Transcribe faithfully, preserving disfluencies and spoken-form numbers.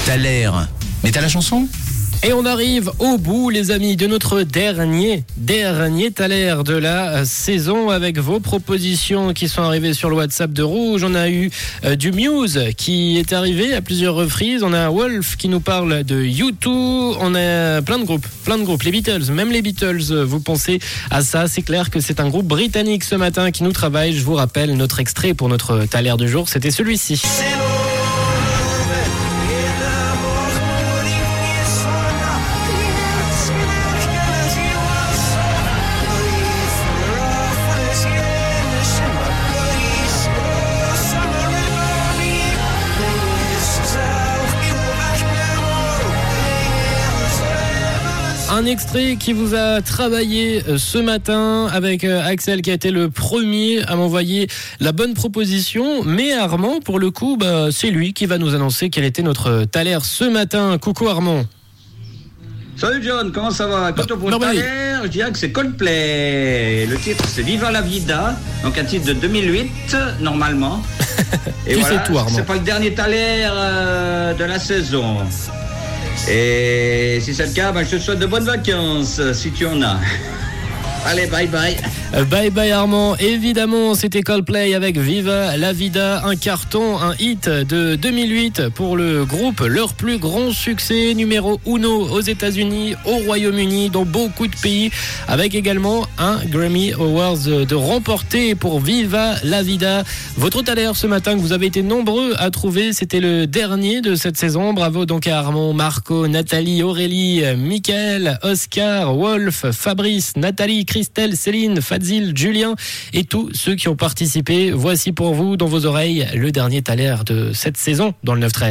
T'as l'air. Mais t'as la chanson ? Et on arrive au bout, les amis, de notre dernier, dernier Thaler de la saison avec vos propositions qui sont arrivées sur le WhatsApp de Rouge. On a eu euh, du Muse qui est arrivé à plusieurs reprises. On a Wolf qui nous parle de U deux. On a plein de groupes, plein de groupes. Les Beatles, même les Beatles, vous pensez à ça. C'est clair que c'est un groupe britannique ce matin qui nous travaille. Je vous rappelle notre extrait pour notre Thaler du jour. C'était celui-ci. Un extrait qui vous a travaillé ce matin avec Axel qui a été le premier à m'envoyer la bonne proposition. Mais Armand, pour le coup, bah, c'est lui qui va nous annoncer quel était notre Thaler ce matin. Coucou Armand. Salut John, comment ça va? Quand on pour Thaler, je dirais que c'est Coldplay. Le titre c'est Viva la Vida, donc un titre de deux mille huit normalement. Et tu voilà, sais tout, Armand. C'est pas le dernier Thaler euh, de la saison. Et si c'est le cas, ben, je te souhaite de bonnes vacances, si tu en as. Allez, bye bye. Bye bye Armand. Évidemment, c'était Coldplay avec Viva la Vida, un carton, un hit de deux mille huit pour le groupe, leur plus grand succès, numéro uno aux États-Unis, au Royaume-Uni, dans beaucoup de pays, avec également un Grammy Awards de remporté pour Viva la Vida. Votre Thaler ce matin que vous avez été nombreux à trouver, c'était le dernier de cette saison. Bravo donc à Armand, Marco, Nathalie, Aurélie, Mickaël, Oscar, Wolf, Fabrice, Nathalie, Christelle, Céline, Fadzil, Julien et tous ceux qui ont participé. Voici pour vous, dans vos oreilles, le dernier Thaler de cette saison dans le neuf treize.